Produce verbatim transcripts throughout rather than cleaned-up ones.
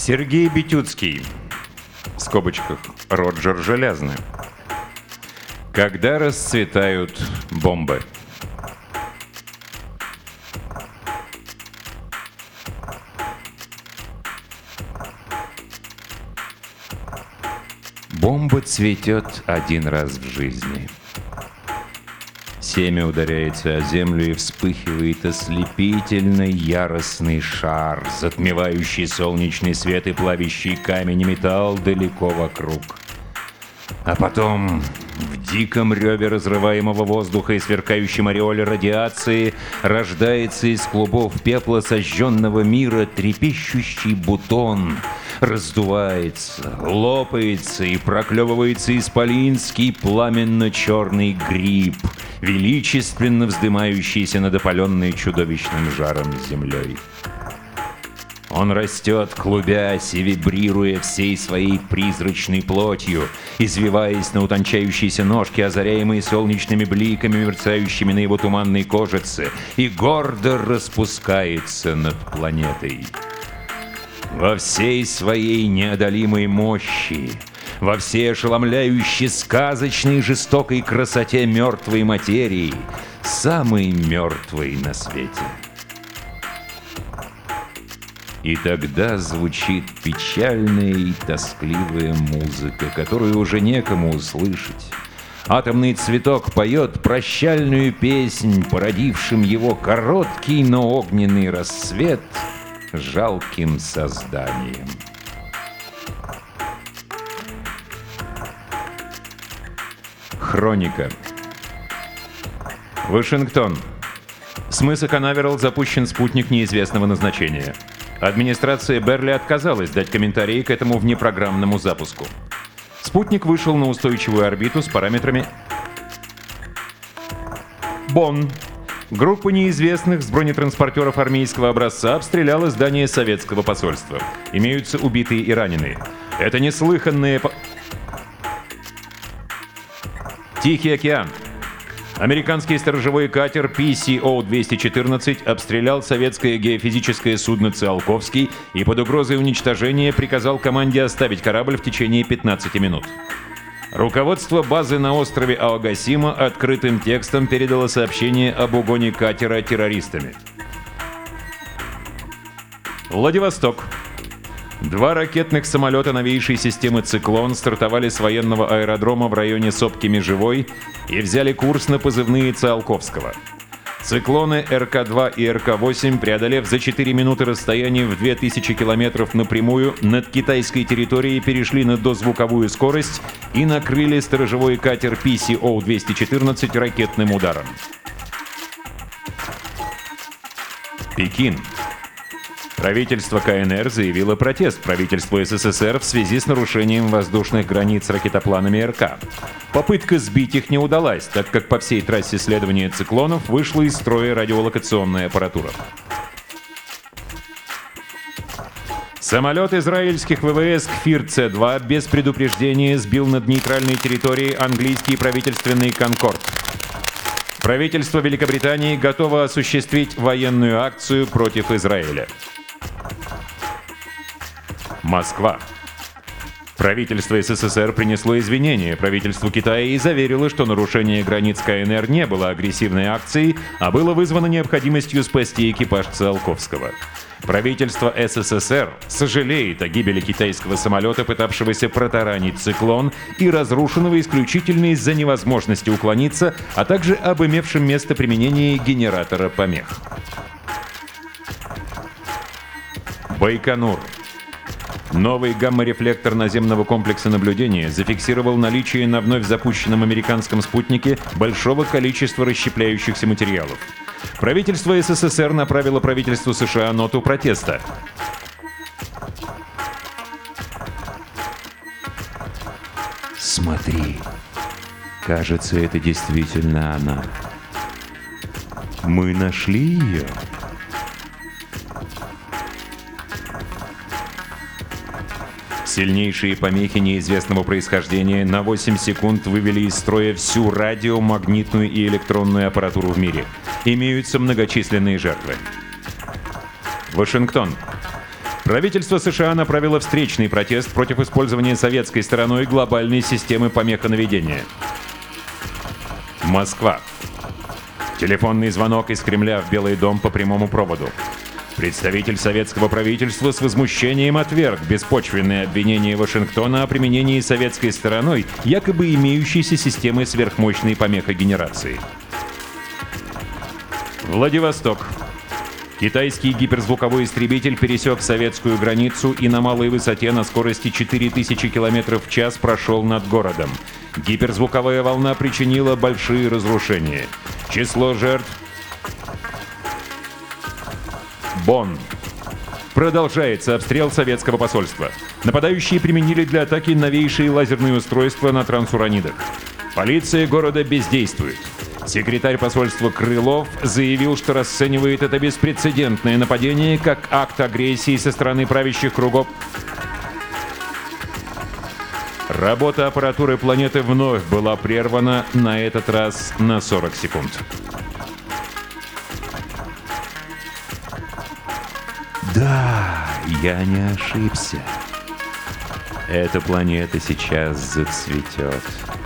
Сергей Битюцкий, в скобочках Роджер Желязный. Когда расцветают бомбы. Бомба цветет один раз в жизни. Семя ударяется о землю и вспыхивает ослепительно яростный шар, затмевающий солнечный свет и плавящий камень и металл далеко вокруг. А потом, в диком реве разрываемого воздуха и сверкающем ореоле радиации, рождается из клубов пепла сожженного мира трепещущий бутон, раздувается, лопается и проклевывается исполинский пламенно-черный гриб, величественно вздымающийся над опаленной чудовищным жаром землей. Он растет, клубясь и вибрируя всей своей призрачной плотью, извиваясь на утончающейся ножке, озаряемой солнечными бликами, мерцающими на его туманной кожице, и гордо распускается над планетой. Во всей своей неодолимой мощи, во всей ошеломляющей, сказочной, жестокой красоте мертвой материи, самой мертвой на свете. И тогда звучит печальная и тоскливая музыка, которую уже некому услышать. Атомный цветок поет прощальную песнь, породившим его короткий, но огненный рассвет жалким созданием. Хроника. Вашингтон. С мыса Канаверал запущен спутник неизвестного назначения. Администрация Берли отказалась дать комментарии к этому внепрограммному запуску. Спутник вышел на устойчивую орбиту с параметрами Бонн. Группа неизвестных с бронетранспортеров армейского образца обстреляла здание советского посольства. Имеются убитые и раненые. Это неслыханные... По... Тихий океан. Американский сторожевой катер пи си о двести четырнадцать обстрелял советское геофизическое судно «Циолковский» и под угрозой уничтожения приказал команде оставить корабль в течение пятнадцати минут. Руководство базы на острове Аогасима открытым текстом передало сообщение об угоне катера террористами. Владивосток. Два ракетных самолета новейшей системы «Циклон» стартовали с военного аэродрома в районе сопки Межевой и взяли курс на позывные Циолковского. «Циклоны» эр ка два и эр ка восемь, преодолев за четыре минуты расстояние в две тысячи километров напрямую, над китайской территорией перешли на дозвуковую скорость и накрыли сторожевой катер пи си о двести четырнадцать ракетным ударом. Пекин. Правительство ка эн эр заявило протест правительству эс эс эс эр в связи с нарушением воздушных границ ракетопланами эр ка. Попытка сбить их не удалась, так как по всей трассе следования циклонов вышла из строя радиолокационная аппаратура. Самолет израильских вэ вэ эс Кфир-Ц два без предупреждения сбил над нейтральной территорией английский правительственный «Конкорд». Правительство Великобритании готово осуществить военную акцию против Израиля. Москва. Правительство эс эс эс эр принесло извинения правительству Китая и заверило, что нарушение границ ка эн эр не было агрессивной акцией, а было вызвано необходимостью спасти экипаж Циолковского. Правительство эс эс эс эр сожалеет о гибели китайского самолета, пытавшегося протаранить «Циклон», и разрушенного исключительно из-за невозможности уклониться, а также об имевшем место применении генератора помех. Байконур. Новый гамма-рефлектор наземного комплекса наблюдения зафиксировал наличие на вновь запущенном американском спутнике большого количества расщепляющихся материалов. Правительство эс эс эс эр направило правительству США ноту протеста. Смотри, кажется, это действительно она. Мы нашли ее. Сильнейшие помехи неизвестного происхождения на восемь секунд вывели из строя всю радио, магнитную и электронную аппаратуру в мире. Имеются многочисленные жертвы. Вашингтон. Правительство США направило встречный протест против использования советской стороной глобальной системы помехонаведения. Москва. Телефонный звонок из Кремля в Белый дом по прямому проводу. Представитель советского правительства с возмущением отверг беспочвенное обвинение Вашингтона о применении советской стороной якобы имеющейся системы сверхмощной помехогенерации. Владивосток. Китайский гиперзвуковой истребитель пересек советскую границу и на малой высоте на скорости четыре тысячи километров в час прошел над городом. Гиперзвуковая волна причинила большие разрушения. Число жертв... Бонн. Продолжается обстрел советского посольства. Нападающие применили для атаки новейшие лазерные устройства на трансуранидах. Полиция города бездействует. Секретарь посольства Крылов заявил, что расценивает это беспрецедентное нападение как акт агрессии со стороны правящих кругов. Работа аппаратуры планеты вновь была прервана, на этот раз на сорок секунд. Да, я не ошибся. Эта планета сейчас зацветет.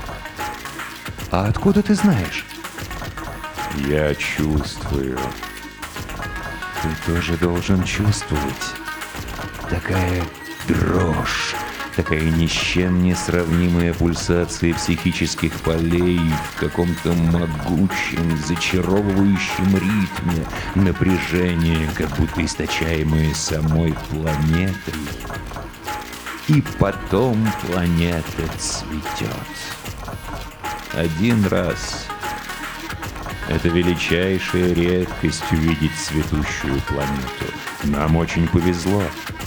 А откуда ты знаешь? Я чувствую. Ты тоже должен чувствовать. Такая дрожь, такая ни с чем не сравнимая пульсация психических полей в каком-то могучем, зачаровывающем ритме напряжения, как будто источаемое самой планетой. И потом планета цветет. Один раз. Это величайшая редкость увидеть цветущую планету. Нам очень повезло.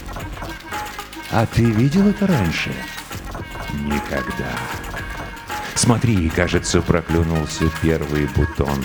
А ты видел это раньше? Никогда. Смотри, кажется, проклюнулся первый бутон.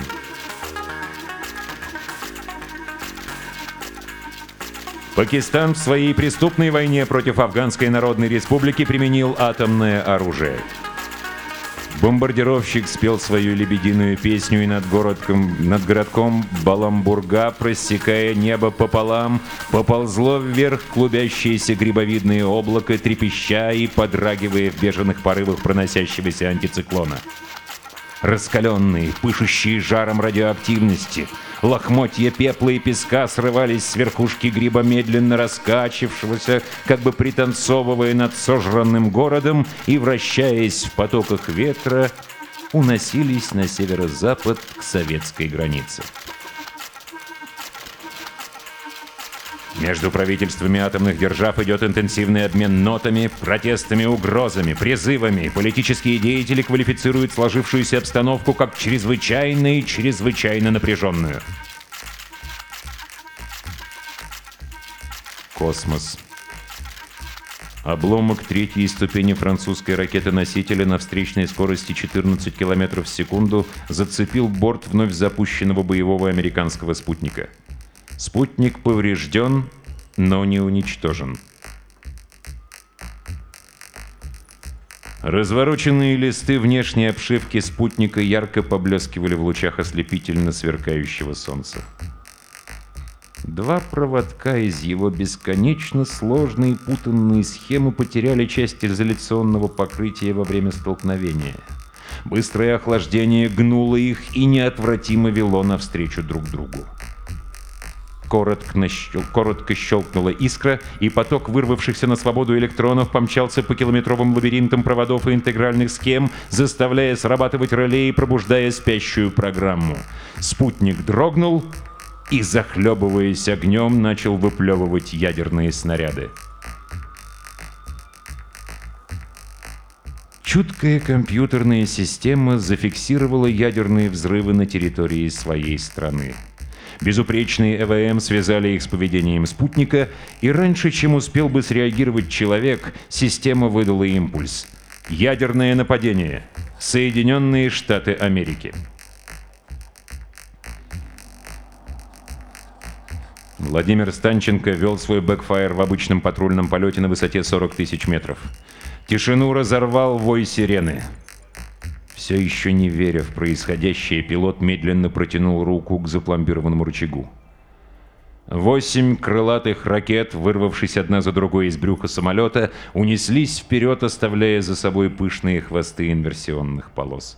Пакистан в своей преступной войне против Афганской Народной Республики применил атомное оружие. Бомбардировщик спел свою лебединую песню, и над, городком, над городком Баламбурга, просекая небо пополам, поползло вверх клубящееся грибовидное облако, трепеща и подрагивая в бешеных порывах проносящегося антициклона. Раскаленные, пышущие жаром радиоактивности, лохмотья пепла и песка срывались с верхушки гриба, медленно раскачившегося, как бы пританцовывая над сожранным городом, и, вращаясь в потоках ветра, уносились на северо-запад к советской границе. Между правительствами атомных держав идет интенсивный обмен нотами, протестами, угрозами, призывами. Политические деятели квалифицируют сложившуюся обстановку как чрезвычайно и чрезвычайно напряженную. Космос. Обломок третьей ступени французской ракеты-носителя на встречной скорости четырнадцать километров в секунду зацепил борт вновь запущенного боевого американского спутника. Спутник поврежден, но не уничтожен. Развороченные листы внешней обшивки спутника ярко поблескивали в лучах ослепительно сверкающего солнца. Два проводка из его бесконечно сложной и путанной схемы потеряли часть изоляционного покрытия во время столкновения. Быстрое охлаждение гнуло их и неотвратимо вело навстречу друг другу. Коротко, щел... Коротко щелкнула искра, и поток вырвавшихся на свободу электронов помчался по километровым лабиринтам проводов и интегральных схем, заставляя срабатывать реле и пробуждая спящую программу. Спутник дрогнул и, захлебываясь огнем, начал выплевывать ядерные снаряды. Чуткая компьютерная система зафиксировала ядерные взрывы на территории своей страны. Безупречные Э В М связали их с поведением спутника, и раньше, чем успел бы среагировать человек, система выдала импульс. Ядерное нападение. Соединенные Штаты Америки. Владимир Станченко вел свой бэкфайр в обычном патрульном полете на высоте сорок тысяч метров. Тишину разорвал вой сирены. Все еще не веря в происходящее, пилот медленно протянул руку к запломбированному рычагу. Восемь крылатых ракет, вырвавшись одна за другой из брюха самолета, унеслись вперед, оставляя за собой пышные хвосты инверсионных полос.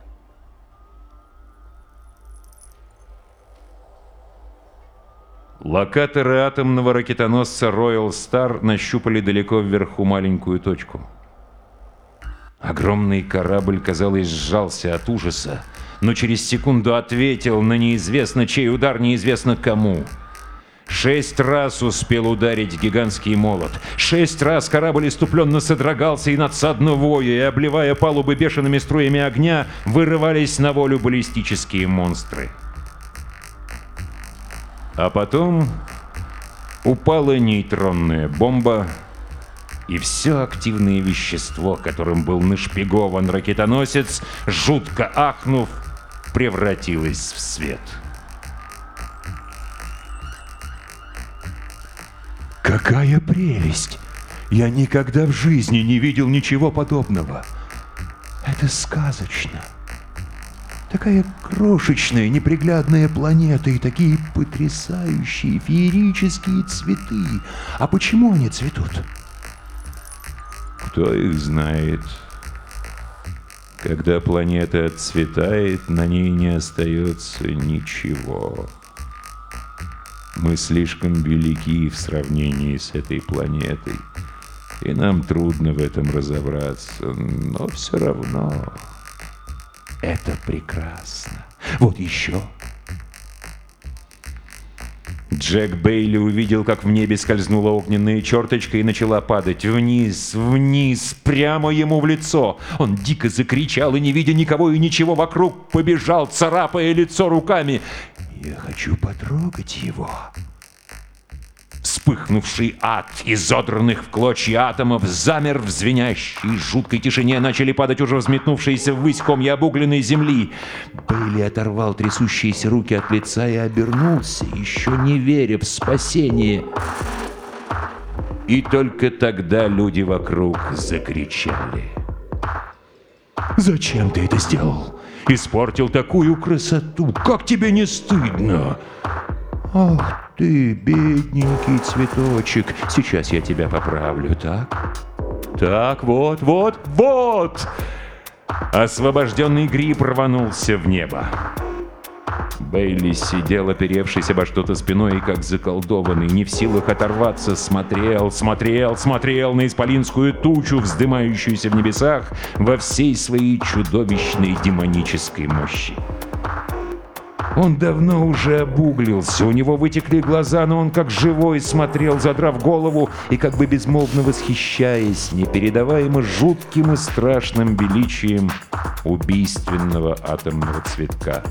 Локаторы атомного ракетоносца Royal Star нащупали далеко вверху маленькую точку. Огромный корабль, казалось, сжался от ужаса, но через секунду ответил на неизвестно чей удар, неизвестно кому. Шесть раз успел ударить гигантский молот. Шесть раз корабль иступленно содрогался и надсадно воя, и, обливая палубы бешеными струями огня, вырывались на волю баллистические монстры. А потом упала нейтронная бомба, и все активное вещество, которым был нашпигован ракетоносец, жутко ахнув, превратилось в свет. Какая прелесть! Я никогда в жизни не видел ничего подобного. Это сказочно. Такая крошечная, неприглядная планета и такие потрясающие, феерические цветы. А почему они цветут? Кто их знает? Когда планета отцветает, на ней не остается ничего. Мы слишком велики в сравнении с этой планетой, и нам трудно в этом разобраться, но все равно это прекрасно. Вот еще. Джек Бейли увидел, как в небе скользнула огненная черточка и начала падать вниз, вниз, прямо ему в лицо. Он дико закричал и, не видя никого и ничего вокруг, побежал, царапая лицо руками. Я хочу потрогать его. Вспыхнувший ад изодранных в клочья атомов замер в звенящей жуткой тишине. Начали падать уже взметнувшиеся ввысь комья обугленной земли. Бейли оторвал трясущиеся руки от лица и обернулся, еще не веря в спасение. И только тогда люди вокруг закричали. «Зачем ты это сделал? Испортил такую красоту! Как тебе не стыдно?» «Ах ты, бедненький цветочек! Сейчас я тебя поправлю, так? Так, вот, вот, вот!» Освобожденный гриб рванулся в небо. Бейли сидел, оперевшись обо что-то спиной, и как заколдованный, не в силах оторваться, смотрел, смотрел, смотрел на исполинскую тучу, вздымающуюся в небесах во всей своей чудовищной демонической мощи. Он давно уже обуглился, у него вытекли глаза, но он как живой смотрел, задрав голову и как бы безмолвно восхищаясь непередаваемо жутким и страшным величием убийственного атомного цветка.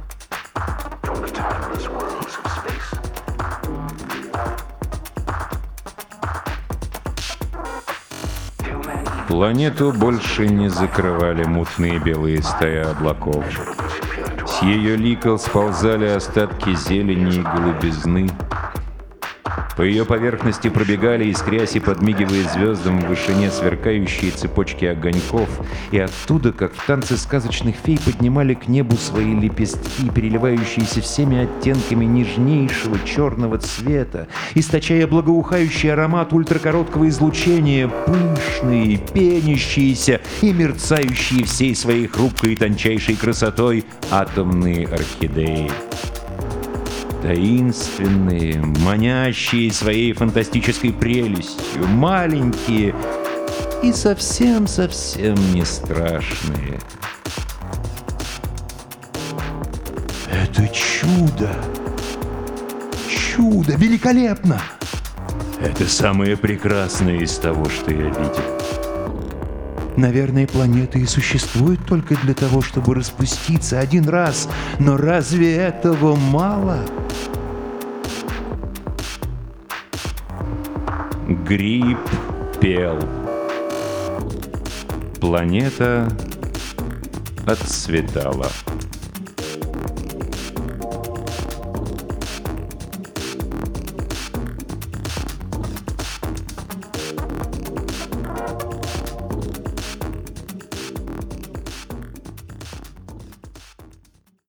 Планету больше не закрывали мутные белые стаи облаков. С ее лика сползали остатки зелени и голубизны. По ее поверхности пробегали, искрясь и подмигивая звездам в вышине, сверкающие цепочки огоньков, и оттуда, как в танце сказочных фей, поднимали к небу свои лепестки, переливающиеся всеми оттенками нежнейшего черного цвета, источая благоухающий аромат ультракороткого излучения, пышные, пенящиеся и мерцающие всей своей хрупкой и тончайшей красотой атомные орхидеи. Таинственные, манящие своей фантастической прелестью, маленькие и совсем-совсем не страшные. Это чудо! Чудо! Великолепно! Это самое прекрасное из того, что я видел. Наверное, планеты и существуют только для того, чтобы распуститься один раз. Но разве этого мало? Гриб пел. Планета отцветала.